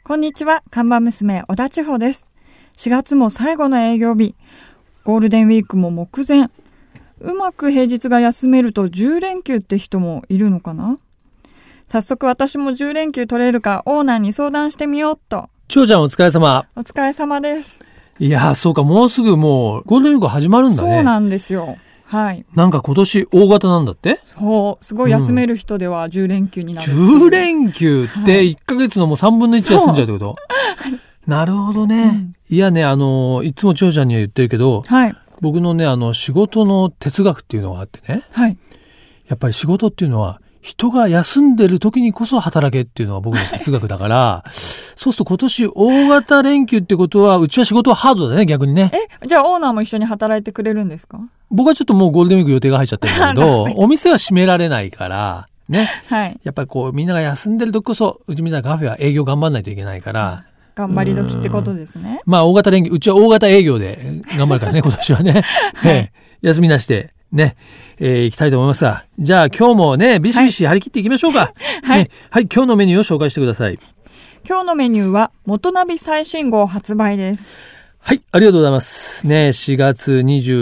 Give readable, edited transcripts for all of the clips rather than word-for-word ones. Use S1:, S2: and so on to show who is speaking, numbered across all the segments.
S1: こんにちは、看板娘小田千穂です。4月も最後の営業日、ゴールデンウィークも目前。うまく平日が休めると10連休って人もいるのかな。早速私も10連休取れるかオーナーに相談してみようっと。
S2: 千穂ちゃんお疲れ様。
S1: お疲れ様です。
S2: いやー、そうか、もうすぐもうゴールデンウィーク始まるんだね。
S1: そうなんですよ。はい。
S2: なんか今年大型なんだって？
S1: そう、すごい休める人では10連休になる、
S2: 10連休って1ヶ月のもう3分の1休んじゃうってこと？なるほどね。いやね、いつも千穂ちゃんには言ってるけど、
S1: はい。
S2: 僕のね、仕事の哲学っていうのがあってね。
S1: はい。
S2: やっぱり仕事っていうのは、人が休んでる時にこそ働けっていうのが僕の哲学だから、そうすると今年大型連休ってことは、うちは仕事はハードだね、逆にね。
S1: じゃあオーナーも一緒に働いてくれるんですか？
S2: 僕はちょっともうゴールデンウィーク予定が入っちゃってるんだけど、お店は閉められないから、ね。
S1: はい。
S2: やっぱりこうみんなが休んでる時こそ、うちみたいなカフェは営業頑張んないといけないから。
S1: 頑張り時ってことですね。
S2: まあ大型連休、うちは大型営業で頑張るからね、今年はね。はい、休みなしでね、行きたいと思いますが。じゃあ今日もね、ビシビシ張り切っていきましょうか。
S1: はい。
S2: ね、はい、今日のメニューを紹介してください。
S1: 今日のメニューは、元ナビ最新号発売です。
S2: はい、ありがとうございます。ね、4月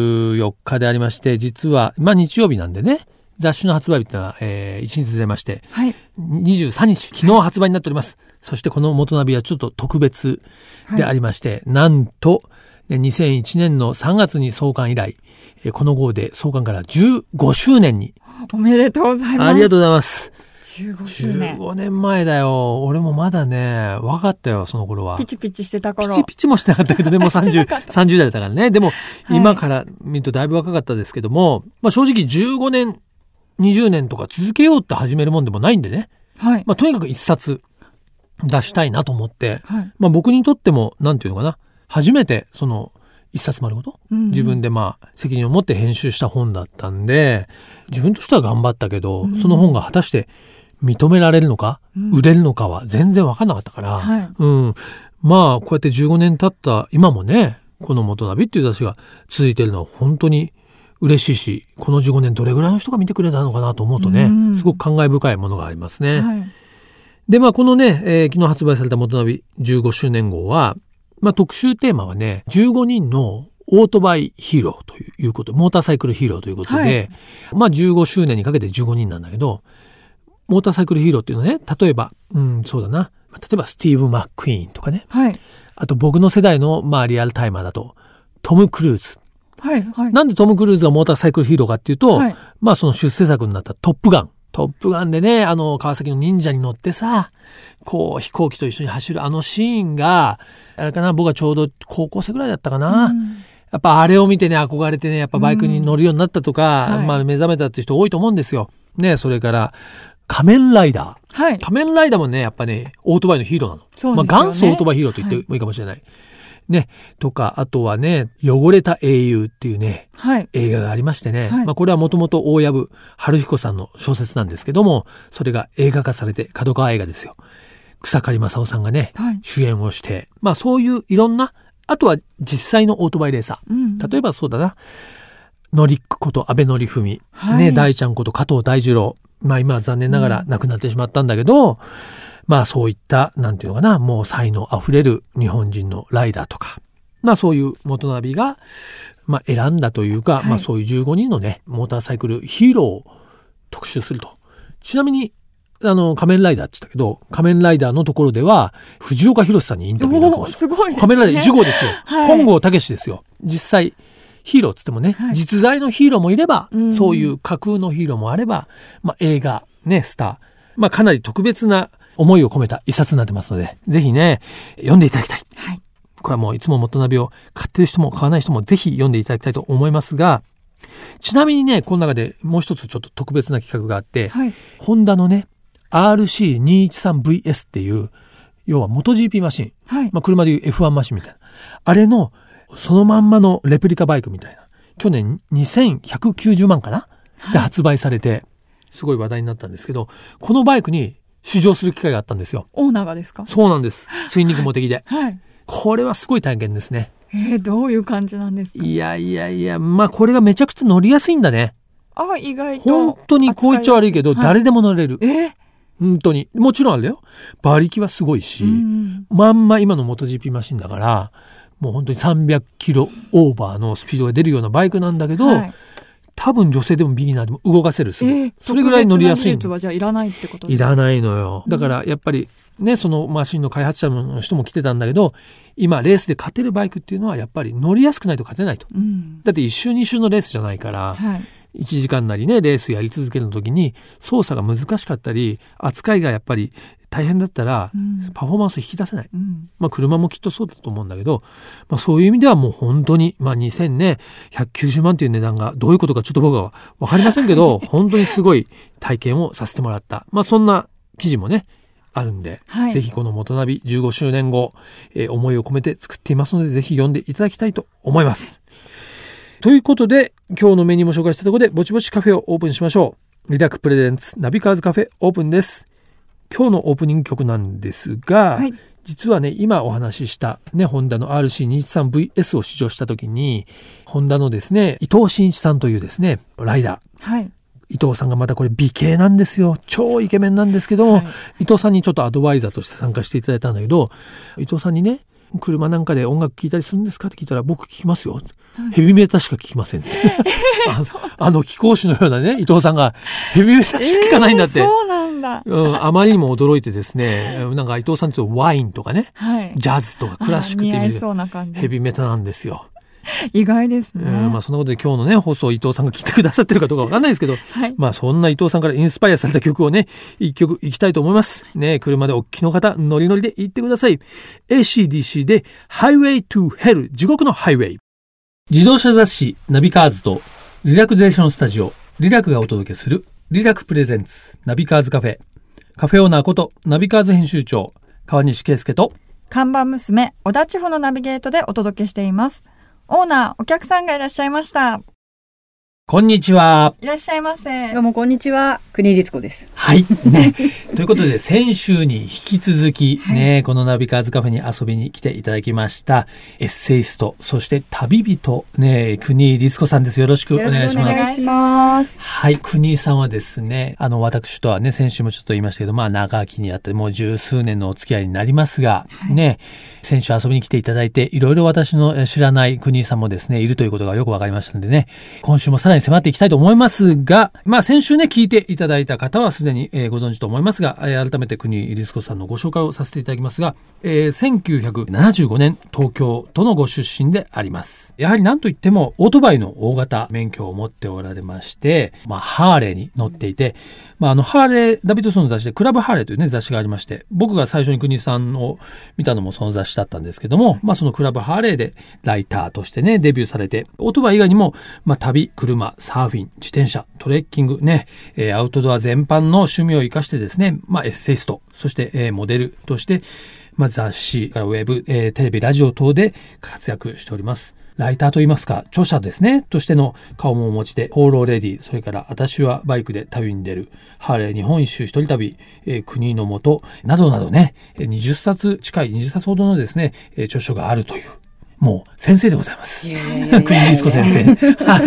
S2: 24日でありまして、実は、まあ日曜日なんでね、雑誌の発売日ってのは、1日ずれまして、
S1: はい、
S2: 23日、昨日発売になっております。そしてこの元ナビはちょっと特別でありまして、なんと、2001年の3月に創刊以来、この号で創刊から15周年に。
S1: おめでとうございます。
S2: ありがとうございます。
S1: 15周年。
S2: 15年前だよ。俺もまだね、若かったよ、その頃は。
S1: ピチピチしてた頃。
S2: ピチピチもしてなかったけどね、もう30代だったからね。でも、今から見るとだいぶ若かったですけども、まあ正直15年、20年とか続けようって始めるもんでもないんでね。
S1: はい。
S2: まあとにかく一冊出したいなと思って、
S1: はい、
S2: まあ僕にとっても、なんていうのかな、初めてその一冊丸ごと、自分でまあ責任を持って編集した本だったんで、自分としては頑張ったけど、その本が果たして認められるのか、売れるのかは全然分かんなかったから、
S1: はい、
S2: まあこうやって15年経った今もね、この元ナビっていう雑誌が続いてるのは本当に嬉しいし、この15年どれぐらいの人が見てくれたのかなと思うとね、すごく感慨深いものがありますね。
S1: はい、で、
S2: まあこのね、昨日発売された元ナビ15周年号は、まあ特集テーマはね、15人のオートバイヒーローということ、モーターサイクルヒーローということで、はい、まあ15周年にかけて15人なんだけど、モーターサイクルヒーローっていうのはね、例えば、そうだな、例えばスティーブ・マックイーンとかね、
S1: はい、
S2: あと僕の世代のまあリアルタイマーだとトム・クルーズ、
S1: はいはい、
S2: なんでトム・クルーズがモーターサイクルヒーローかっていうと、はい、まあその出世作になったトップガンでね、川崎の忍者に乗ってさ、こう飛行機と一緒に走るあのシーンが、あれかな、僕はちょうど高校生ぐらいだったかな。やっぱあれを見てね、憧れてね、やっぱバイクに乗るようになったとか、まあ目覚めたっていう人多いと思うんですよ。ね、それから仮面ライダー。はい。仮面ライダーもね、やっぱね、オートバイのヒーローなの。そうですよね。まあ元祖オートバイヒーローと言ってもいいかもしれない。はい、ね。とか、あとはね、汚れた英雄っていうね、はい、映画がありましてね。はい、まあこれはもともと大藪春彦さんの小説なんですけども、それが映画化されて、角川映画ですよ。草刈正雄さんがね、はい、主演をして、まあそういういろんな、あとは実際のオートバイレーサー。例えばそうだな、ノリックこと安倍典文、はい、ね、大ちゃんこと加藤大二郎。まあ今は残念ながら亡くなってしまったんだけど、まあそういった、なんていうのかな、もう才能あふれる日本人のライダーとか、まあそういう元ナビが、まあ選んだというか、はい、まあそういう15人のね、モーターサイクルヒーローを特集すると。ちなみに、仮面ライダーって言ったけど、仮面ライダーのところでは、藤岡弘さんにインタビューになってました。
S1: すごいですね。
S2: 仮面ライダー1号ですよ。はい、本郷武史ですよ。実際、ヒーローって言ってもね、はい、実在のヒーローもいれば、そういう架空のヒーローもあれば、まあ映画、ね、スター。まあかなり特別な思いを込めた一冊になってますので、ぜひね、読んでいただきたい。はい、これはもういつも元ナビを買ってる人も買わない人もぜひ読んでいただきたいと思いますが、ちなみにね、この中でもう一つちょっと特別な企画があって、はい、ホンダのね、RC213VS っていう、要は元 GP マシン。はい、まあ車でいう F1 マシンみたいな。あれの、そのまんまのレプリカバイクみたいな。去年2190万かな、はい、で発売されて、すごい話題になったんですけど、このバイクに試乗する機会があったんですよ。
S1: オーナーがですか？
S2: そうなんです。ツインリンクモテギで。
S1: はい。
S2: これはすごい体験ですね。
S1: どういう感じなんですか？
S2: いや、まあこれがめちゃくちゃ乗りやすいんだね。
S1: 意外と。
S2: 本当にこう言っちゃ悪いけど、誰でも乗れる。 本当に。もちろんあれだよ。馬力はすごいし、まんま今の MotoGP マシンだから、もう本当に300キロオーバーのスピードが出るようなバイクなんだけど、はい、多分女性でもビギナーでも動かせるすぐ、それぐらい乗りやすい。
S1: 特別な技術はじゃあいらないってこと？
S2: いらないのよ。だからやっぱりね、そのマシンの開発者の人も来てたんだけど、今レースで勝てるバイクっていうのはやっぱり乗りやすくないと勝てないと。だって1周2周のレースじゃないから、はい、1時間なりねレースやり続ける時に操作が難しかったり扱いがやっぱり大変だったらパフォーマンス引き出せない、車もきっとそうだと思うんだけど、そういう意味ではもう本当に、2000ね190万という値段がどういうことかちょっと僕は分かりませんけど本当にすごい体験をさせてもらった、そんな記事もねあるんで、はい、ぜひこの元ナビ15周年後、思いを込めて作っていますのでぜひ読んでいただきたいと思います。ということで今日のメニューも紹介したところでぼちぼちカフェをオープンしましょう。リラクプレゼンツナビカーズカフェオープンです。今日のオープニング曲なんですが、はい、実はね今お話ししたねホンダの RC213VS を試乗した時にホンダのですね伊藤真一さんというですねライダー、はい、伊藤さんがまたこれ美形なんですよ。超イケメンなんですけども、はい、伊藤さんにちょっとアドバイザーとして参加していただいたんだけど、伊藤さんにね車なんかで音楽聴いたりするんですかって聞いたら僕聴きますよ、はい、ヘビメタしか聴きませんって貴公子のようなね伊藤さんがヘビメタしか聴かないんだって、
S1: そうなんだ、
S2: あまりにも驚いてですねなんか伊藤さんってワインとかね、はい、ジャズとかクラシックって意味でヘビメタなんですよ。
S1: 意外ですね。
S2: そんなことで今日のね放送伊藤さんが聞いてくださってるかどうかわかんないですけど、はい、そんな伊藤さんからインスパイアされた曲をね一曲いきたいと思いますね。車でお聞きの方ノリノリで行ってください。 AC/DC で Highway to Hell 地獄のハイウェイ。自動車雑誌ナビカーズとリラクゼーションスタジオリラクがお届けするリラクプレゼンツナビカーズカフェ。カフェオーナーことナビカーズ編集長川西圭介と
S1: 看板娘小田千穂のナビゲートでお届けしています。オーナー、お客さんがいらっしゃいました。
S2: こんにちは。
S1: いらっしゃいませ。
S3: どうもこんにちは。国井律子です。
S2: はいねということで先週に引き続きね、はい、このナビカーズカフェに遊びに来ていただきましたエッセイストそして旅人ね国井律子さんです。よろしくお願いします。
S3: よろしくお願いします。
S2: はい、国井さんはですね私とはね先週もちょっと言いましたけど長きにあってもう十数年のお付き合いになりますが、はい、ね先週遊びに来ていただいていろいろ私の知らない国井さんもですねいるということがよくわかりましたのでね今週もさらに迫っていきたいと思いますが、先週ね聞いていただいた方はすでにご存知と思いますが、改めて国井律子さんのご紹介をさせていただきますが、1975年東京都のご出身であります。やはり何といってもオートバイの大型免許を持っておられまして、ハーレーに乗っていて、ハーレーダビッドソンの雑誌でクラブハーレーというね雑誌がありまして、僕が最初に国井さんを見たのもその雑誌だったんですけども、そのクラブハーレーでライターとしてねデビューされて、オートバイ以外にも、旅、車、サーフィン、自転車、トレッキングね、アウトドア全般の趣味を生かしてですね、エッセイスト、そして、モデルとして、雑誌、ウェブ、テレビ、ラジオ等で活躍しております。ライターといいますか、著者ですね、としての顔もお持ちで、放浪レディ、それから私はバイクで旅に出る、ハーレー日本一周一人旅、国のもと、などなどね、20冊ほどのですね、著書があるという。もう先生でございます。国井律子先生。はい。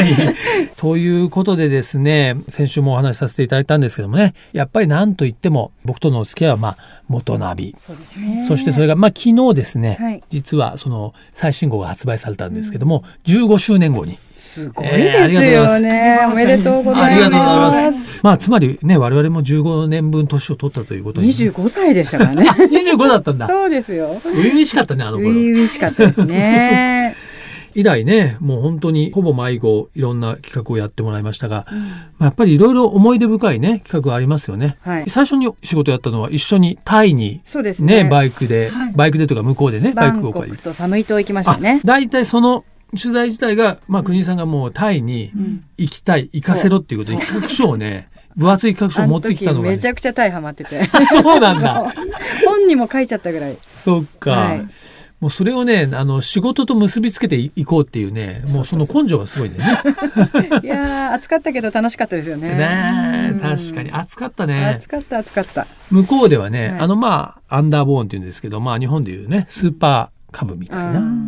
S2: ということでですね、先週もお話しさせていただいたんですけどもね、やっぱり何と言っても僕とのお付き合いは元ナビ。そうですね。そしてそれが昨日ですね、はい、実はその最新号が発売されたんですけども、15周年後に。
S3: すごいですよね。おめでとうございます。
S2: ありがとうございます。つまりね、我々も15年分年を取ったということに。
S3: 25歳でしたからね。
S2: 25だったんだ。
S3: そうですよ。
S2: 初々しかったね、あの頃。
S3: 初々しかったですね。
S2: 以来ね、もう本当にほぼ毎号いろんな企画をやってもらいましたが、やっぱりいろいろ思い出深いね企画がありますよね、はい、最初に仕事やったのは一緒にタイに、ね、バイクでというか向こうでねバイクを借りてバンコクと
S3: サムイ島行きましたね。
S2: だいたいその取材自体が、国井さんがもうタイに行きたい、行かせろっていうことで企画書をね分厚い企画書を持ってきたのが、ね、
S3: めちゃくちゃタイハマってて
S2: そうなんだ
S3: 本にも書いちゃったぐらい。
S2: そっか、はい、もうそれをね仕事と結びつけていこうっていうね、もうその根性がすごいね
S3: いやー暑かったけど楽しかったですよね。
S2: ね、確かに暑かったね。
S3: 暑かった
S2: 向こうではね、はい、アンダーボーンっていうんですけど、日本でいうねスーパーカブみたいな、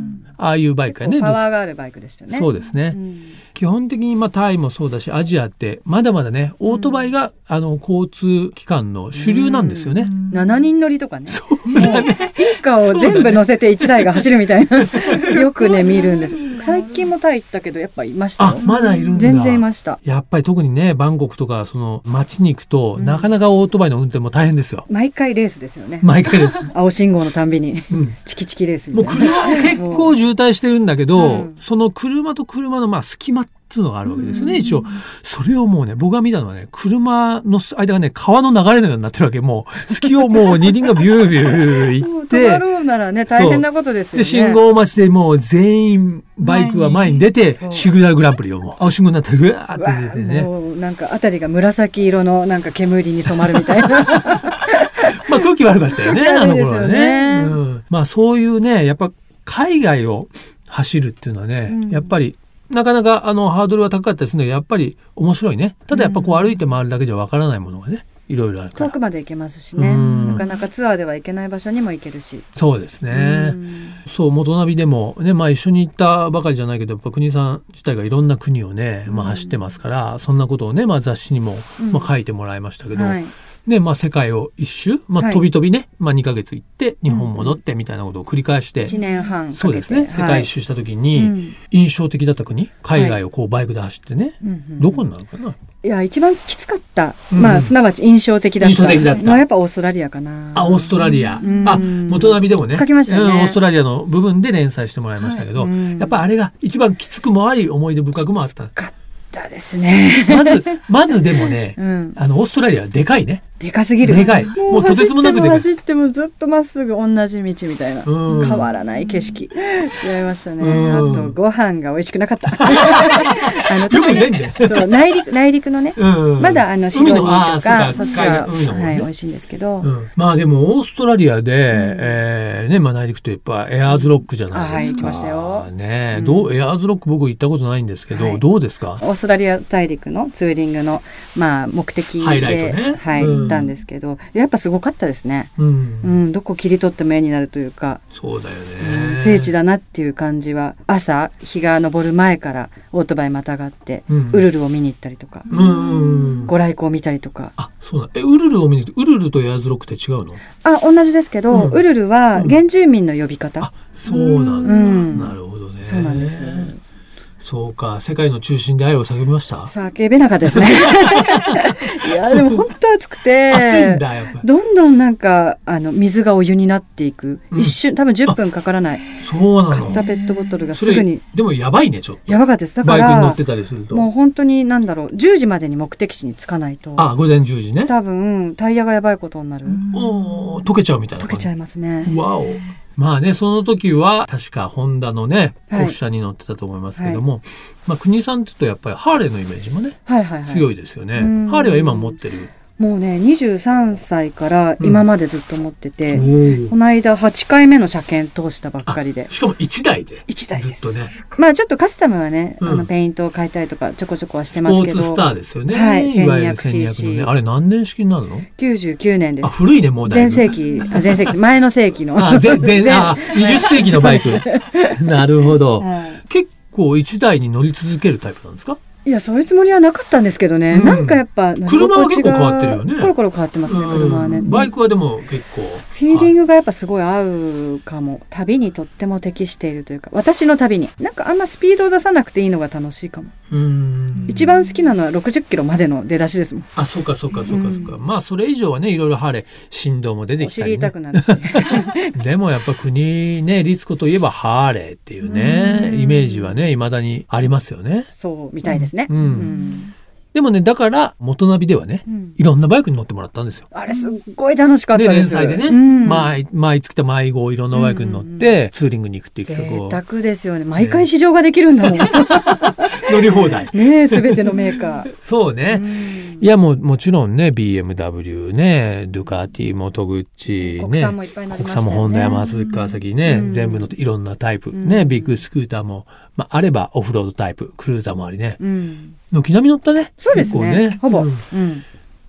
S2: ああいうバイクやね。
S3: パワーがあるバイクでしたね。
S2: そうですね。基本的にタイもそうだしアジアってまだまだねオートバイが、交通機関の主流なんですよね。
S3: 7人乗りとかね。
S2: そうだね。
S3: 一家を全部乗せて1台が走るみたいなよくね見るんです。最近もタイ行ったけどやっぱいましたよ。
S2: あ、まだいるんだ。
S3: 全然いました。
S2: やっぱり特にねバンコクとかその街に行くと、なかなかオートバイの運転も大変ですよ。
S3: 毎回レースですよね。
S2: 毎回です。
S3: 青信号のたんびに、チキチキレースみたいな。
S2: もう車も結構渋滞してるんだけど、その車と車の隙間っていうのがあるわけですよね、一応。それをもうね、僕が見たのはね、車の間がね、川の流れのようになってるわけ。もう、隙をもう二輪がビュービュー行って。
S3: 止まろうならね、大変なことですよね。
S2: で、信号待ちでもう全員バイクは前に出て、シグナルグランプリをもう、青信号になったら、うわーって出てね。
S3: もうなんか、あたりが紫色のなんか煙に染まるみたいな。
S2: まあ空気悪かったよね、あの頃はね。まあそういうね、やっぱ海外を走るっていうのはね、やっぱり、なかなかハードルは高かったですね。やっぱり面白いね。ただやっぱこう歩いて回るだけじゃわからないものがね、いろいろあるから。
S3: 遠くまで行けますしね。なかなかツアーでは行けない場所にも行けるし。
S2: そうですね。そう、元ナビでもね、まあ一緒に行ったばかりじゃないけど、やっぱ国さん自体がいろんな国をね、まあ走ってますから、そんなことをね、まあ雑誌にも、まあ書いてもらいましたけど、ね、まあ世界を一周、まあ飛び飛びね、まあ2ヶ月行って日本戻ってみたいなことを繰り返して、
S3: 1年半かけて。
S2: そうですね、世界一周した時に印象的だった国、海外をこうバイクで走ってね、どこになるかな。
S3: いや、一番きつかった。まあ、すなわち印象的だった。印象的だった。まあ、やっぱオーストラリアかな。
S2: あ、オーストラリア。あ、元ナビでもね。
S3: 書きましたね。
S2: オーストラリアの部分で連載してもらいましたけど、やっぱあれが一番きつくもあり、思い出深くもあった。
S3: きつかったですね。
S2: まずでもね、オーストラリアはでかいね。
S3: でかすぎる。
S2: でかい。もうとてつもなくでかい。
S3: 走ってもずっとまっすぐ同じ道みたいな。変わらない景色。違いましたね。あとご飯が美味しくなかった。
S2: よくねんじゃん。
S3: そう、内陸のね。まだシドニーとかそっちは美味しいんですけど。
S2: まあでもオーストラリアでね、まあ内陸とやっぱエアーズロックじゃないですか。
S3: はい、行きましたよ。
S2: ね、エアーズロック僕行ったことないんですけど、どうですか？
S3: オーストラリア大陸のツーリングのまあ目的で、
S2: ハイライトね。
S3: はい。たんですけど、やっぱすごかったですね。どこ切り取っても絵になるというか、
S2: そうだよね。
S3: 聖地だなっていう感じは、朝日が昇る前からオートバイまたがって、ウルルを見に行ったりとか、ご来光を見たりとか。
S2: あ、そうだ。ウルルを見に行って、ウルルとエアーズロックって違うの？
S3: あ、同じですけど、ウルルは原住民の呼び方。
S2: あ、そうなんだ。なるほどね。
S3: そうなんです。
S2: そうか、世界の中心で愛を叫びました？
S3: 叫べなかったですね。いや、でも本当暑くて、
S2: 暑いんだ、やっぱり。
S3: どんどんなんか、水がお湯になっていく。一瞬、多分10分かからない。
S2: そうなの。
S3: 買ったペットボトルがすぐに。
S2: でもやばいね、ちょっと。
S3: やばかったです。だから、
S2: バイクに乗ってたりすると。
S3: もう本当に10時までに目的地に着かないと。
S2: あ、午前10時ね。
S3: 多分、タイヤがやばいことになる。
S2: 溶けちゃうみたいな。
S3: 溶けちゃいますね。
S2: わお。まあね、その時は確かホンダのね、オフ車に乗ってたと思いますけども、まあ国さんって言うとやっぱりハーレーのイメージもね、強いですよね。ハーレーは今持ってる？
S3: もうね、23歳から今までずっと持ってて、この間8回目の車検通したばっかりで。
S2: しかも1台で。
S3: 1台です。
S2: ずっとね。
S3: まあちょっとカスタムはね、ペイントを変えたりとかちょこちょこはしてますけど。
S2: スポーツスターですよね。
S3: はい、
S2: いわゆる1200のね。あれ何年式になるの
S3: ？99年です。
S2: あ、古いね、もうだいぶ。
S3: 前世紀、前の世紀の。
S2: 20世紀のバイク。なるほど。結構1台に乗り続けるタイプなんですか？
S3: いや、そういうつもりはなかったんですけどね。なんかやっぱ
S2: 車は結構変わってるよね。
S3: コロコロ変わってますね、車はね。
S2: バイクはでも結構
S3: フィーリングがやっぱすごい合うかも。旅にとっても適しているというか、私の旅になんかあんまスピードを出さなくていいのが楽しいかも。一番好きなのは60キロまでの出だしですもん。
S2: あ、そうか。まあそれ以上はね、いろいろハーレー振動も出てきたりね。
S3: お尻痛くなるし。
S2: でもやっぱ国ね、リツコといえばハーレーっていうね、イメージはね、未だにありますよね。
S3: そうみたいですね。
S2: でもね、だから元ナビではね、いろんなバイクに乗ってもらったんですよ。
S3: あれすっごい楽しかったです。
S2: 連載でね、毎月と毎号いろんなバイクに乗ってツーリングに行くっていう企画を。
S3: 贅沢ですよね。毎回試乗ができるんだもん。
S2: 乗り放題。
S3: ねえ、すべてのメーカー。
S2: そうね。いや、もちろんね、BMW ね、ドゥカーティ、モトグッチ、ね、
S3: 国産もいっぱいになりましたよね。
S2: 国産もホンダ、ヤマハ、鈴木、川崎ね、全部のいろんなタイプ、ね、ビッグスクーターも、まあ、あればオフロードタイプ、クルーザーもありね。軒並み乗ったね。
S3: そうですね。ほぼ。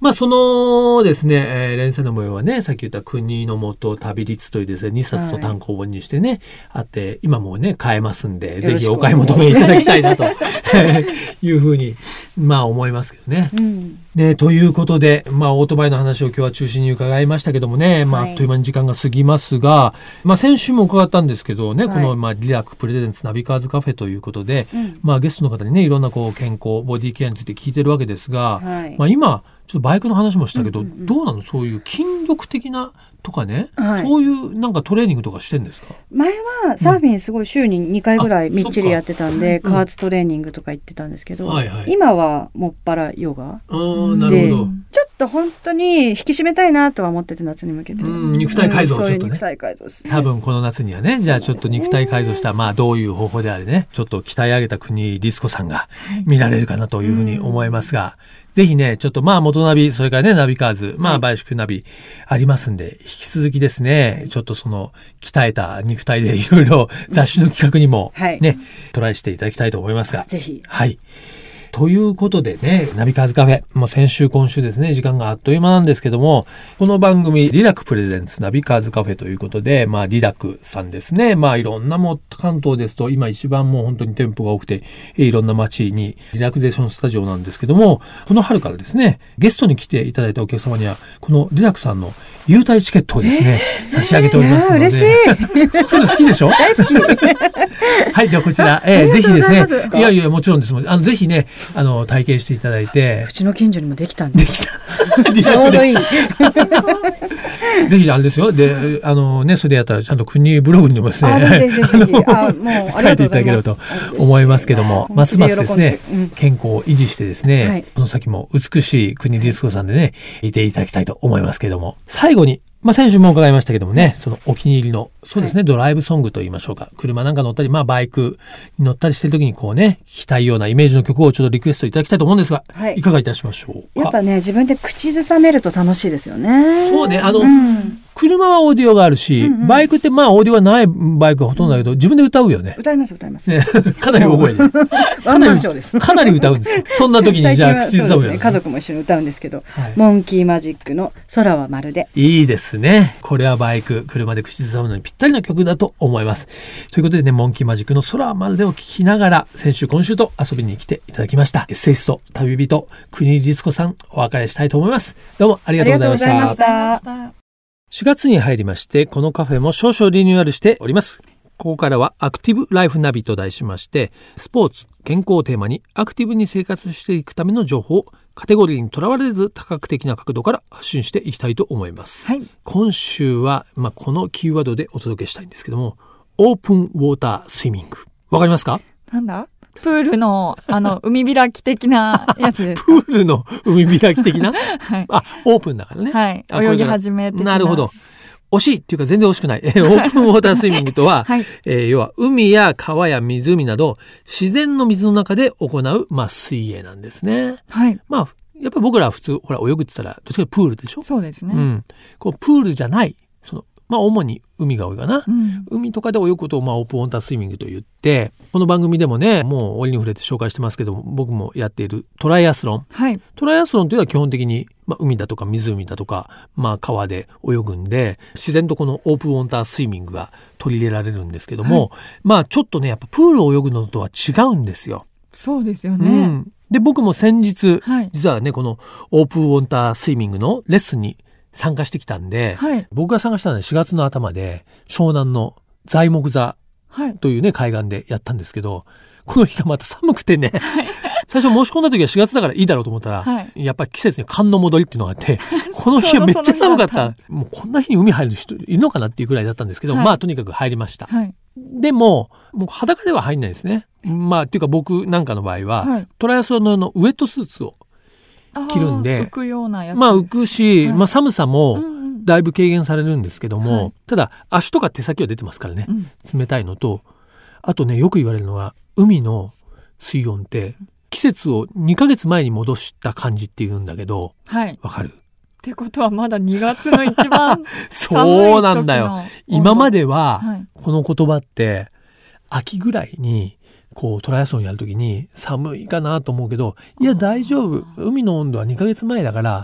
S2: まあそのですね、連載の模様はね、さっき言った国の元旅立というですね、2冊と単行本にしてね、あって、今もね、買えますんで、ぜひお買い求めいただきたいなというふうに、まあ思いますけどね。ね、ということで、まあオートバイの話を今日は中心に伺いましたけどもね、まああっという間に時間が過ぎますが、まあ先週も伺ったんですけどね、このまあリラクプレゼンツナビカーズカフェということで、まあゲストの方にね、いろんなこう健康、ボディケアについて聞いてるわけですが、まあ今、ちょっとバイクの話もしたけど、どうなの？そういう筋力的なとかね、そういうなんかトレーニングとかしてんですか？
S3: 前はサーフィンすごい週に2回ぐらいみっちりやってたんで、加圧トレーニングとか行ってたんですけど、今はもっぱらヨガで、ちょっと本当に引き締めたいなとは思ってて、夏に向けて。
S2: 肉体改造をちょっとね。
S3: 肉体改造です。
S2: 多分この夏にはね、じゃあちょっと肉体改造した、まあどういう方法であれね、ちょっと鍛え上げた国リスコさんが見られるかなというふうに思いますが、ぜひね、ちょっとまあ元ナビ、それからね、ナビカーズ、まあバイシクナビありますんで、引き続きですね、ちょっとその鍛えた肉体でいろいろ雑誌の企画にもね、トライしていただきたいと思いますが。
S3: ぜひ。
S2: はい。ということでね、ナビカーズカフェ、もう先週今週ですね、時間があっという間なんですけども、この番組、リラクプレゼンツナビカーズカフェということで、まあリラクさんですね、まあいろんなもう関東ですと、今一番もう本当に店舗が多くて、いろんな街にリラクゼーションスタジオなんですけども、この春からですね、ゲストに来ていただいたお客様には、このリラクさんの優待チケットをですね、差し上げておりますので。
S3: 嬉しい。
S2: そういうの好きでしょ？
S3: 大好き。
S2: はい、ではこちら、ぜひですね、いやいや、もちろんです。ぜひね、体験していただいて。
S3: うちの近所にもできたんで。
S2: できた。
S3: ちょうどいい。
S2: ぜひあれですよ。で、ね、それやったらちゃんと国ブログにもですね。
S3: ぜひ。もうありがとうございます。書いていただければ
S2: と思いますけども、ますますですね、健康を維持してですね、この先も美しい国ディスコさんでね、いていただきたいと思いますけども、最後に、まあ先週も伺いましたけどもね、そのお気に入りの、そうですね、ドライブソングと言いましょうか。車なんか乗ったり、まあバイクに乗ったりしてる時にこうね、聴きたいようなイメージの曲をちょっとリクエストいただきたいと思うんですが、いかがいたしましょうか。
S3: やっぱね、自分で口ずさめると楽しいですよね。
S2: そうね、車はオーディオがあるし、バイクってまあオーディオがないバイクがほとんどだけど、自分で歌うよね。
S3: 歌います。
S2: ね、かなり大声で。
S3: ワンマンショーです。
S2: かなり歌うんですよ。そんな時にじゃあ口ずさむよね。
S3: 家族も一緒に歌うんですけど、モンキーマジックの空はまるで。
S2: いいですね。これはバイク、車で口ずさむのにぴったりな曲だと思います。ということでね、モンキーマジックの空はまるでを聴きながら、先週今週と遊びに来ていただきました。エッセイスト、旅人、国立子さん、お別れしたいと思います。どうもありがとうございました。
S3: ありがとうございました。
S2: 4月に入りまして、このカフェも少々リニューアルしております。ここからはアクティブライフナビと題しまして、スポーツ、健康をテーマにアクティブに生活していくための情報をカテゴリーにとらわれず多角的な角度から発信していきたいと思います。
S1: はい、
S2: 今週は、このキーワードでお届けしたいんですけども、オープンウォータースイミング。わかりますか？
S1: なんだ？プールの、海開き的なやつですか？
S2: プールの海開き的な
S1: はい。
S2: オープンだからね。
S1: はい。泳ぎ始め的な。
S2: なるほど。惜しいっていうか全然惜しくない。オープンウォータースイミングとは、
S1: はい
S2: 要は海や川や湖など自然の水の中で行う、水泳なんですね。
S1: はい。
S2: やっぱり僕らは普通、ほら泳ぐって言ったら、どっちかというとプールでしょ？
S1: そうですね。
S2: うん。こうプールじゃない、主に海が多いかな。海とかで泳ぐことをオープンウォータースイミングと言って、この番組でもね、もう折に触れて紹介してますけども、僕もやっているトライアスロン。
S1: はい。
S2: トライアスロンというのは基本的に、海だとか湖だとか、川で泳ぐんで、自然とこのオープンウォータースイミングが取り入れられるんですけども、ちょっとね、やっぱプールを泳ぐのとは違うんですよ。
S1: そうですよね。
S2: で、僕も先日、
S1: はい、
S2: 実はね、このオープンウォータースイミングのレッスンに参加してきたんで、
S1: はい、
S2: 僕が参加したのは4月の頭で湘南の材木座というね、海岸でやったんですけど、この日がまた寒くてね、最初申し込んだ時は4月だからいいだろうと思ったら、やっぱり季節に寒の戻りっていうのがあってこの日はめっちゃ寒かったもうこんな日に海入る人いるのかなっていうくらいだったんですけど、とにかく入りました、でもう裸では入んないですね。っていうか僕なんかの場合は、トライアスロンのウェットスーツを着るんで
S1: 浮くようなやつ
S2: 浮くし、寒さもだいぶ軽減されるんですけども、ただ足とか手先は出てますからね、冷たいのと、あとね、よく言われるのは海の水温って季節を2ヶ月前に戻した感じって言うんだけど、わかる？
S1: ってことはまだ2月の一番寒い
S2: そうなんだよ。今まではこの言葉って秋ぐらいにこうトライアスロンやるときに寒いかなと思うけど、いや大丈夫、海の温度は2ヶ月前だから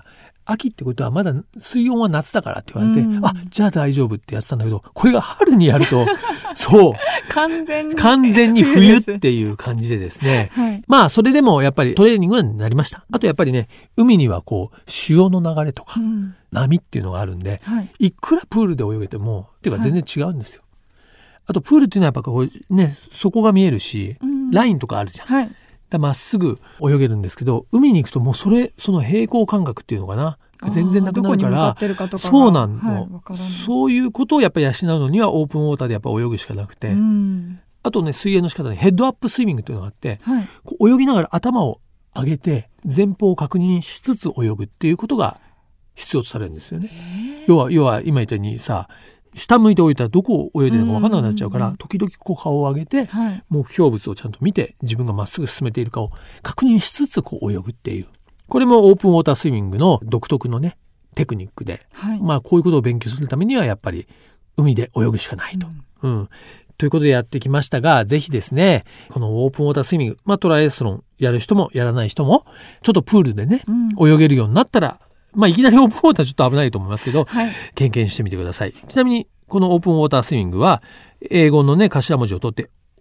S2: 秋ってことはまだ水温は夏だからって言われて、あ、じゃあ大丈夫ってやってたんだけど、これが春にやると、そう。
S1: 完全
S2: に冬っていう感じでですね。
S1: はい、
S2: まあ、それでもやっぱりトレーニングになりました。あとやっぱりね、海にはこう、潮の流れとか、波っていうのがあるんで、いくらプールで泳げても、っていうか全然違うんですよ。あとプールっていうのはやっぱこうね、底が見えるし、ラインとかあるじゃん。はい、まっすぐ泳げるんですけど、海に行くともうその平行感覚っていうのかな、全然なくなるから、そうなんの、そういうことをやっぱり養うのにはオープンウォーターでやっぱ泳ぐしかなくて、あとね、水泳の仕方にヘッドアップスイミングっていうのがあって、こう泳ぎながら頭を上げて前方を確認しつつ泳ぐっていうことが必要とされるんですよね。要は今言ったようにさ、下向いておいたらどこを泳いでるのか分かんなくなっちゃうから、時々こう顔を上げて、目標物をちゃんと見て自分がまっすぐ進めているかを確認しつつこう泳ぐっていう、これもオープンウォータースイミングの独特のねテクニックで、まあこういうことを勉強するためにはやっぱり海で泳ぐしかないと、ということでやってきましたが、ぜひですね、このオープンウォータースイミング、まあトライアスロンやる人もやらない人もちょっとプールでね、泳げるようになったら、まあいきなりオープンウォーターちょっと危ないと思いますけど、経験してみてください。ちなみにこのオープンウォータースイミングは英語のね頭文字を取って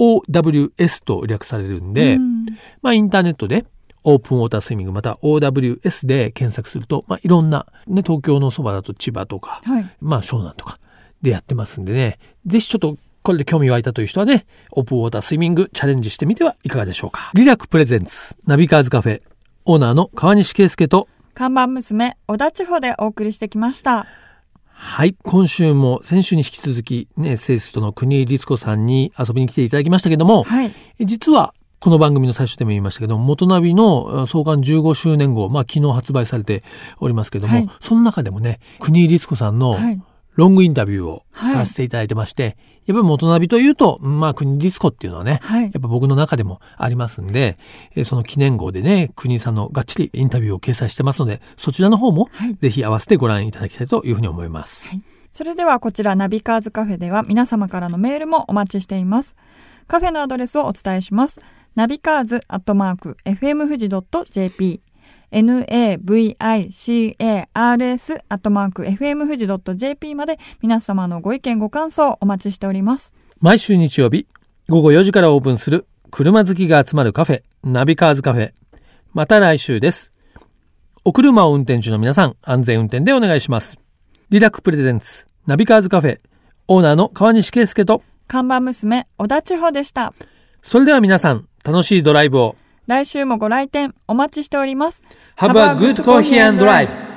S2: OWS と略されるんで、まあインターネットでオープンウォータースイミングまた OWS で検索すると、まあいろんなね、東京のそばだと千葉とか、まあ湘南とかでやってますんでね、ぜひちょっとこれで興味湧いたという人はね、オープンウォータースイミングチャレンジしてみてはいかがでしょうか。リラクプレゼンツナビカーズカフェ、オーナーの川西圭介と
S1: 看板娘小田千穂でお送りしてきました。
S2: はい、今週も先週に引き続きね、エッセイストの国井律子さんに遊びに来ていただきましたけども、実はこの番組の最初でも言いましたけど、元ナビの創刊15周年号、まあ昨日発売されておりますけども、その中でもね、国井律子さんのロングインタビューをさせていただいてまして、やっぱり元ナビというと、まあ国井律子っていうのはね、やっぱ僕の中でもありますんで、その記念号でね、国井さんのがっちりインタビューを掲載してますので、そちらの方もぜひ合わせてご覧いただきたいというふうに思います。
S1: それではこちらナビカーズカフェでは皆様からのメールもお待ちしています。カフェのアドレスをお伝えします。ナビカーズ@fmfuji.jp navicars@fmfuji.jp まで皆様のご意見ご感想お待ちしております。
S2: 毎週日曜日午後4時からオープンする車好きが集まるカフェ、ナビカーズカフェ。また来週です。お車を運転中の皆さん、安全運転でお願いします。リラクプレゼンツナビカーズカフェ、オーナーの川西圭介と
S1: 看板娘小田千穂でした。
S2: それでは皆さん、楽しいドライブを。
S1: 来週もご来店お待ちしております。
S2: Have a good coffee and drive.